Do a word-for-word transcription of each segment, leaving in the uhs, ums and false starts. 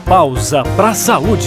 Pausa para a Saúde.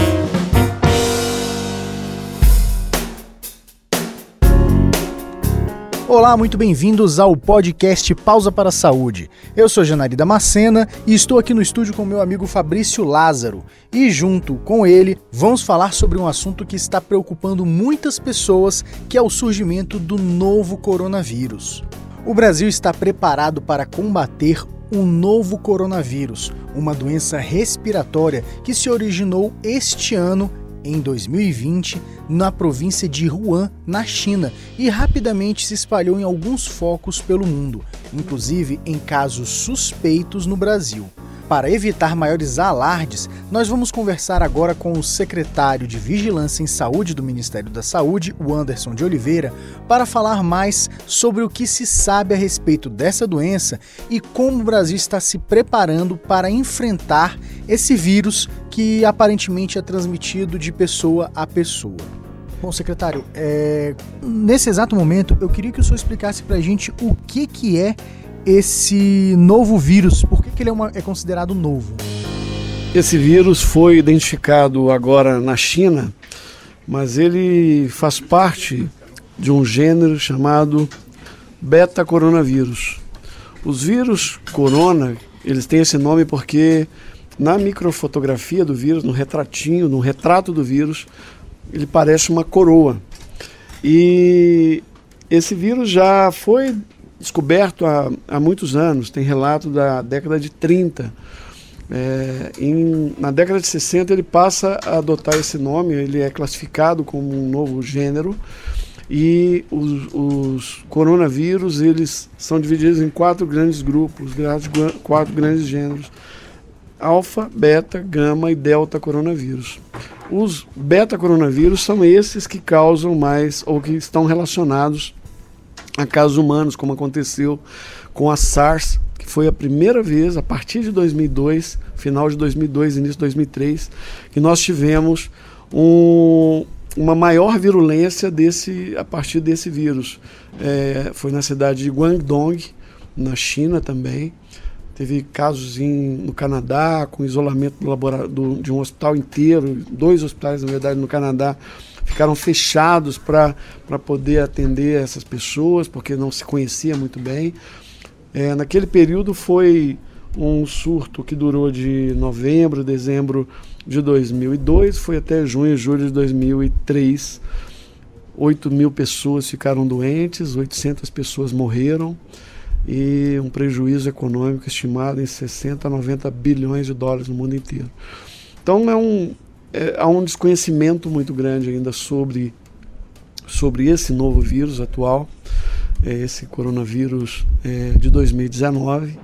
Olá, muito bem-vindos ao podcast Pausa para a Saúde. Eu sou Janari Damascena e estou aqui no estúdio com meu amigo Fabrício Lázaro. E junto com ele, vamos falar sobre um assunto que está preocupando muitas pessoas, que é o surgimento do novo coronavírus. O Brasil está preparado para combater um novo coronavírus, uma doença respiratória que se originou este ano, em dois mil e vinte, na província de Wuhan, na China, e rapidamente se espalhou em alguns focos pelo mundo, inclusive em casos suspeitos no Brasil. Para evitar maiores alardes, nós vamos conversar agora com o secretário de Vigilância em Saúde do Ministério da Saúde, o Anderson de Oliveira, para falar mais sobre o que se sabe a respeito dessa doença e como o Brasil está se preparando para enfrentar esse vírus que aparentemente é transmitido de pessoa a pessoa. Bom, secretário, é... nesse exato momento eu queria que o senhor explicasse para a gente o que, que é esse novo vírus, por que, que ele é, uma, é considerado novo? Esse vírus foi identificado agora na China, mas ele faz parte de um gênero chamado beta-coronavírus. Os vírus corona, eles têm esse nome porque na microfotografia do vírus, no retratinho, no retrato do vírus, ele parece uma coroa. E esse vírus já foi descoberto há, há muitos anos, tem relato da década de trinta. É, em, na década de sessenta ele passa a adotar esse nome, ele é classificado como um novo gênero, e os, os coronavírus eles são divididos em quatro grandes grupos, quatro grandes gêneros: alfa, beta, gama e delta coronavírus. Os beta coronavírus são esses que causam mais, ou que estão relacionados a casos humanos, como aconteceu com a SARS, que foi a primeira vez, a partir de dois mil e dois, final de dois mil e dois, início de dois mil e três, que nós tivemos um, uma maior virulência desse, a partir desse vírus. É, foi na cidade de Guangdong, na China também. Teve casos em, no Canadá, com isolamento do labora, do, de um hospital inteiro, dois hospitais, na verdade, no Canadá, ficaram fechados para poder atender essas pessoas, porque não se conhecia muito bem. É, naquele período foi um surto que durou de novembro, dezembro de dois mil e dois, foi até junho, julho de dois mil e três. oito mil pessoas ficaram doentes, oitocentas pessoas morreram, e um prejuízo econômico estimado em sessenta a noventa bilhões de dólares no mundo inteiro. Então é um, é, há um desconhecimento muito grande ainda sobre, sobre esse novo vírus atual, é, esse coronavírus é, de dois mil e dezenove,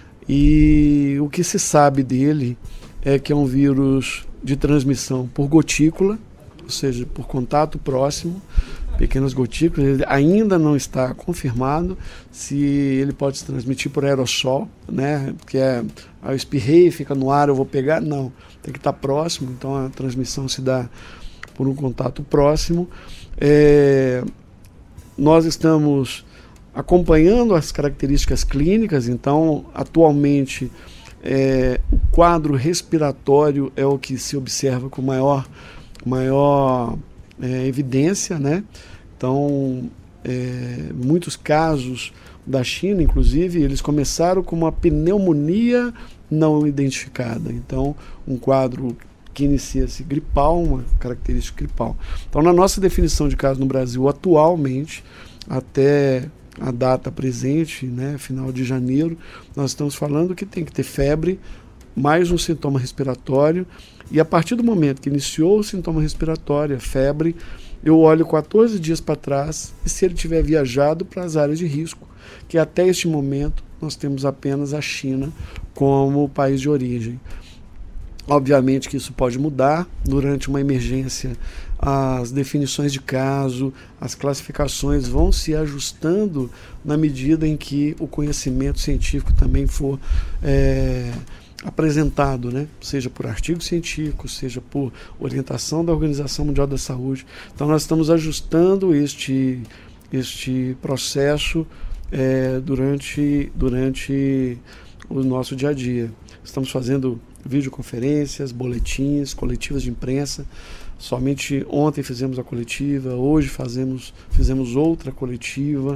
e o que se sabe dele é que é um vírus de transmissão por gotícula, ou seja, por contato próximo, pequenas gotículas. Ele ainda não está confirmado se ele pode se transmitir por aerossol, né? Que é, ah, eu espirrei, fica no ar, eu vou pegar. Não, tem que estar próximo, então a transmissão se dá por um contato próximo. É, nós estamos acompanhando as características clínicas, então atualmente é, o quadro respiratório é o que se observa com maior, maior É, evidência, né? Então, é, muitos casos da China, inclusive, eles começaram com uma pneumonia não identificada. Então, um quadro que inicia-se gripal, uma característica gripal. Então, na nossa definição de caso no Brasil, atualmente, até a data presente, né, final de janeiro, nós estamos falando que tem que ter febre, mais um sintoma respiratório, e a partir do momento que iniciou o sintoma respiratório, a febre, eu olho quatorze dias para trás, e se ele tiver viajado para as áreas de risco, que até este momento nós temos apenas a China como país de origem. Obviamente que isso pode mudar durante uma emergência, as definições de caso, as classificações vão se ajustando na medida em que o conhecimento científico também for é, apresentado, né? Seja por artigos científicos, seja por orientação da Organização Mundial da Saúde. Então nós estamos ajustando este, este processo é, durante, durante o nosso dia a dia. Estamos fazendo videoconferências, boletins, coletivas de imprensa. Somente ontem fizemos a coletiva, hoje fazemos, fizemos outra coletiva.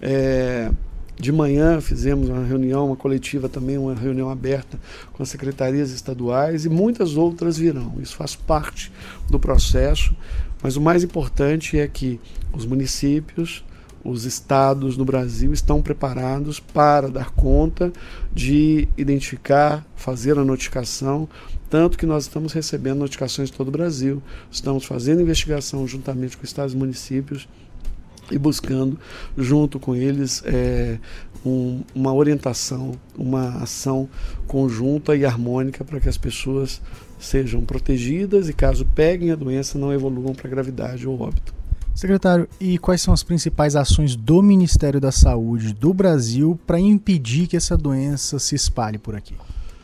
É, de manhã fizemos uma reunião, uma coletiva também, uma reunião aberta com as secretarias estaduais e muitas outras virão. Isso faz parte do processo, mas o mais importante é que os municípios, os estados no Brasil estão preparados para dar conta de identificar, fazer a notificação, tanto que nós estamos recebendo notificações de todo o Brasil, estamos fazendo investigação juntamente com estados e municípios e buscando, junto com eles, é, um, uma orientação, uma ação conjunta e harmônica para que as pessoas sejam protegidas e, caso peguem a doença, não evoluam para gravidade ou óbito. Secretário, e quais são as principais ações do Ministério da Saúde do Brasil para impedir que essa doença se espalhe por aqui?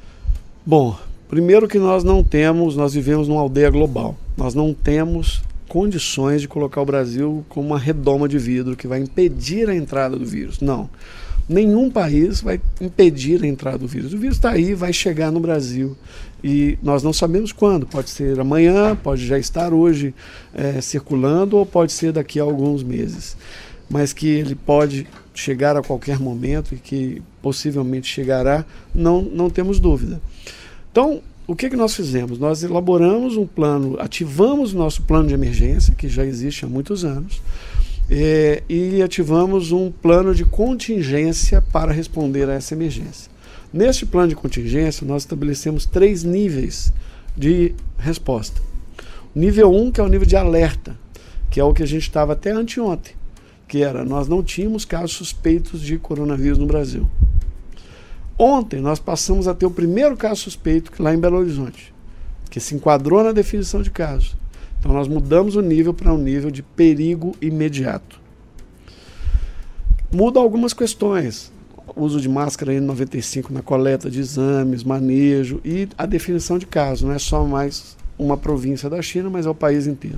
Bom, primeiro que nós não temos, nós vivemos numa aldeia global, nós não temos condições de colocar o Brasil como uma redoma de vidro que vai impedir a entrada do vírus. Não. Nenhum país vai impedir a entrada do vírus. O vírus está aí, vai chegar no Brasil e nós não sabemos quando. Pode ser amanhã, pode já estar hoje é, circulando ou pode ser daqui a alguns meses. Mas que ele pode chegar a qualquer momento e que possivelmente chegará, não, não temos dúvida. Então, o que, que nós fizemos? Nós elaboramos um plano, ativamos o nosso plano de emergência, que já existe há muitos anos, é, e ativamos um plano de contingência para responder a essa emergência. Neste plano de contingência, nós estabelecemos três níveis de resposta. O nível um, que é o nível de alerta, que é o que a gente estava até anteontem, que era, nós não tínhamos casos suspeitos de coronavírus no Brasil. Ontem nós passamos a ter o primeiro caso suspeito lá em Belo Horizonte, que se enquadrou na definição de caso. Então nós mudamos o nível para um nível de perigo imediato. Muda algumas questões. Uso de máscara N noventa e cinco na coleta de exames, manejo e a definição de caso. Não é só mais uma província da China, mas é o país inteiro.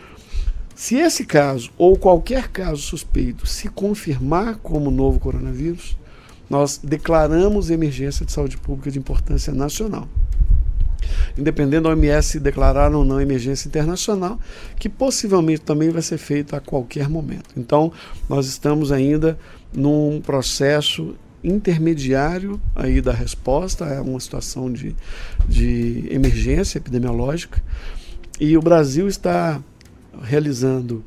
Se esse caso ou qualquer caso suspeito se confirmar como novo coronavírus, nós declaramos emergência de saúde pública de importância nacional. Independente da O M S declarar ou não emergência internacional, que possivelmente também vai ser feito a qualquer momento. Então, nós estamos ainda num processo intermediário aí da resposta, é uma situação de, de emergência epidemiológica, e o Brasil está realizando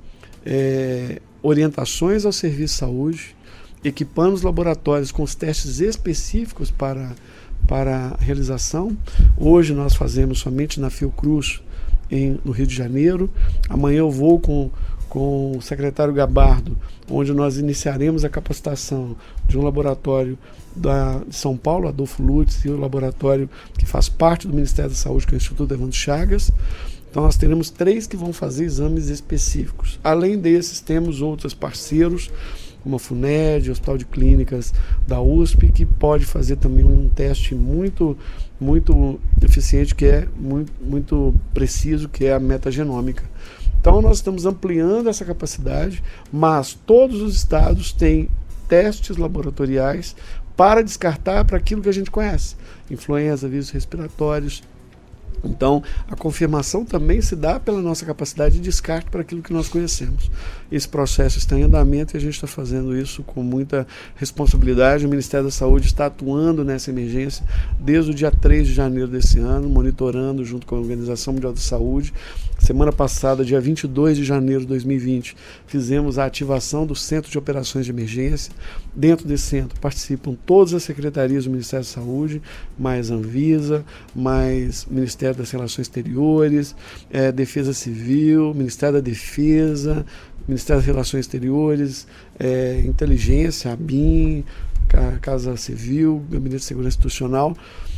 é, orientações ao serviço de saúde, equipando os laboratórios com os testes específicos para, para a realização. Hoje nós fazemos somente na Fiocruz, em, no Rio de Janeiro. Amanhã eu vou com, com o secretário Gabardo, onde nós iniciaremos a capacitação de um laboratório da, de São Paulo, Adolfo Lutz, e o laboratório que faz parte do Ministério da Saúde, que é o Instituto Evandro Chagas. Então nós teremos três que vão fazer exames específicos. Além desses, temos outros parceiros, como a FUNED, o Hospital de Clínicas da U S P, que pode fazer também um teste muito, muito eficiente, que é muito, muito preciso, que é a metagenômica. Então nós estamos ampliando essa capacidade, mas todos os estados têm testes laboratoriais para descartar para aquilo que a gente conhece, influenza, vírus respiratórios. Então, a confirmação também se dá pela nossa capacidade de descarte para aquilo que nós conhecemos. Esse processo está em andamento e a gente está fazendo isso com muita responsabilidade. O Ministério da Saúde está atuando nessa emergência desde o dia três de janeiro desse ano, monitorando junto com a Organização Mundial da Saúde. Semana passada, dia vinte e dois de janeiro de dois mil e vinte, fizemos a ativação do Centro de Operações de Emergência. Dentro desse centro participam todas as secretarias do Ministério da Saúde, mais Anvisa, mais Ministério das Relações Exteriores, é, Defesa Civil, Ministério da Defesa, Ministério das Relações Exteriores, é, Inteligência, A B I N, Casa Civil, Gabinete de Segurança Institucional.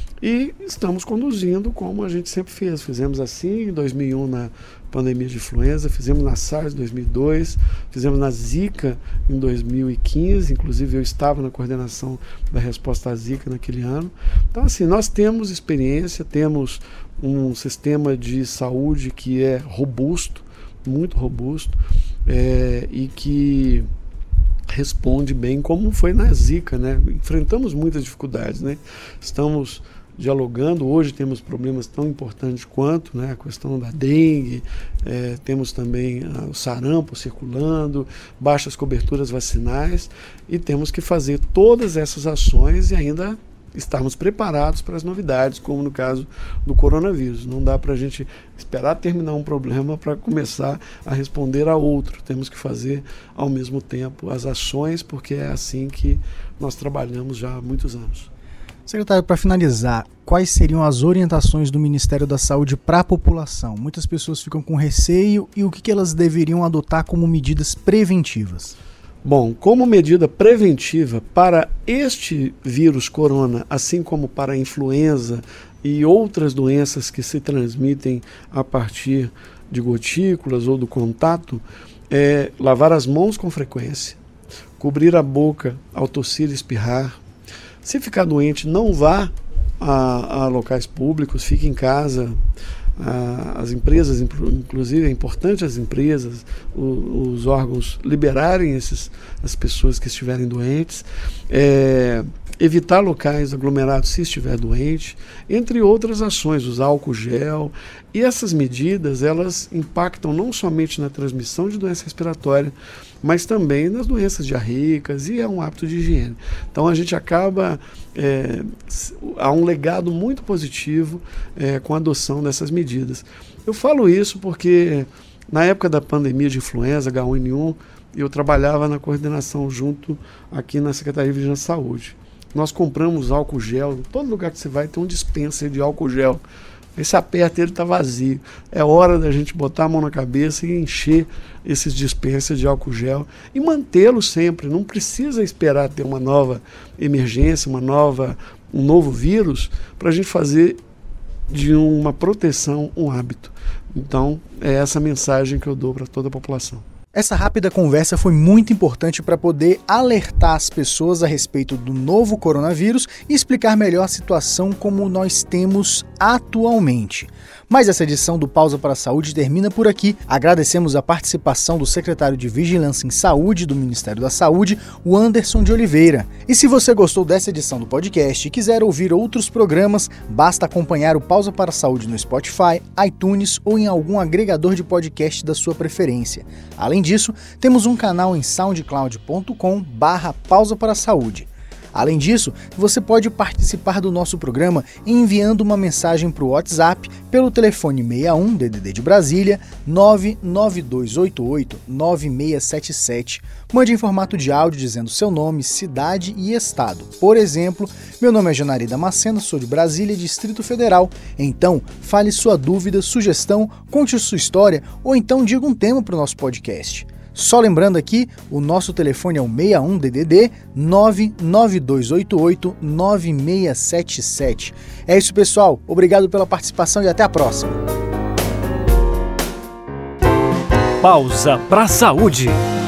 E estamos conduzindo como a gente sempre fez. Fizemos assim em dois mil e um na pandemia de influenza, fizemos na SARS em dois mil e dois, fizemos na Zika em dois mil e quinze, inclusive eu estava na coordenação da resposta à Zika naquele ano. Então assim, nós temos experiência, temos um sistema de saúde que é robusto, muito robusto, é, e que responde bem, como foi na Zika, né? Enfrentamos muitas dificuldades, né? Estamos dialogando. Hoje temos problemas tão importantes quanto, né, a questão da dengue, é, temos também ah, o sarampo circulando, baixas coberturas vacinais, e temos que fazer todas essas ações e ainda estarmos preparados para as novidades, como no caso do coronavírus. Não dá para a gente esperar terminar um problema para começar a responder a outro. Temos que fazer ao mesmo tempo as ações, porque é assim que nós trabalhamos já há muitos anos. Secretário, para finalizar, quais seriam as orientações do Ministério da Saúde para a população? Muitas pessoas ficam com receio, e o que, que elas deveriam adotar como medidas preventivas? Bom, como medida preventiva para este vírus corona, assim como para a influenza e outras doenças que se transmitem a partir de gotículas ou do contato, é lavar as mãos com frequência, cobrir a boca ao tossir e espirrar. Se ficar doente, não vá a, a locais públicos, fique em casa. As empresas, inclusive é importante as empresas, os órgãos liberarem esses, as pessoas que estiverem doentes, é, evitar locais aglomerados se estiver doente, entre outras ações, usar álcool gel. E essas medidas, elas impactam não somente na transmissão de doença respiratória, mas também nas doenças diarreicas, e é um hábito de higiene. Então a gente acaba, é, há um legado muito positivo é, com a adoção dessas medidas. Eu falo isso porque na época da pandemia de influenza H um N um, eu trabalhava na coordenação junto aqui na Secretaria de Vigilância e Saúde. Nós compramos álcool gel, em todo lugar que você vai tem um dispenser de álcool gel. Aí você aperta, ele está vazio. É hora da gente botar a mão na cabeça e encher esses dispensers de álcool gel e mantê-lo sempre. Não precisa esperar ter uma nova emergência, uma nova, um novo vírus, para a gente fazer de uma proteção um hábito. Então, é essa mensagem que eu dou para toda a população. Essa rápida conversa foi muito importante para poder alertar as pessoas a respeito do novo coronavírus e explicar melhor a situação como nós temos atualmente. Mas essa edição do Pausa para a Saúde termina por aqui. Agradecemos a participação do secretário de Vigilância em Saúde do Ministério da Saúde, o Anderson de Oliveira. E se você gostou dessa edição do podcast e quiser ouvir outros programas, basta acompanhar o Pausa para a Saúde no Spotify, iTunes ou em algum agregador de podcast da sua preferência. Além disso, temos um canal em soundcloud ponto com barra pausa para a saúde. Além disso, você pode participar do nosso programa enviando uma mensagem para o WhatsApp pelo telefone sessenta e um D D D de Brasília nove nove dois oito oito nove seis sete sete. Mande em formato de áudio dizendo seu nome, cidade e estado. Por exemplo, meu nome é Janari Damasceno, sou de Brasília, Distrito Federal. Então, fale sua dúvida, sugestão, conte sua história ou então diga um tema para o nosso podcast. Só lembrando aqui, o nosso telefone é o sessenta e um D D D nove nove dois oito oito nove seis sete sete. É isso, pessoal. Obrigado pela participação e até a próxima. Pausa para a Saúde.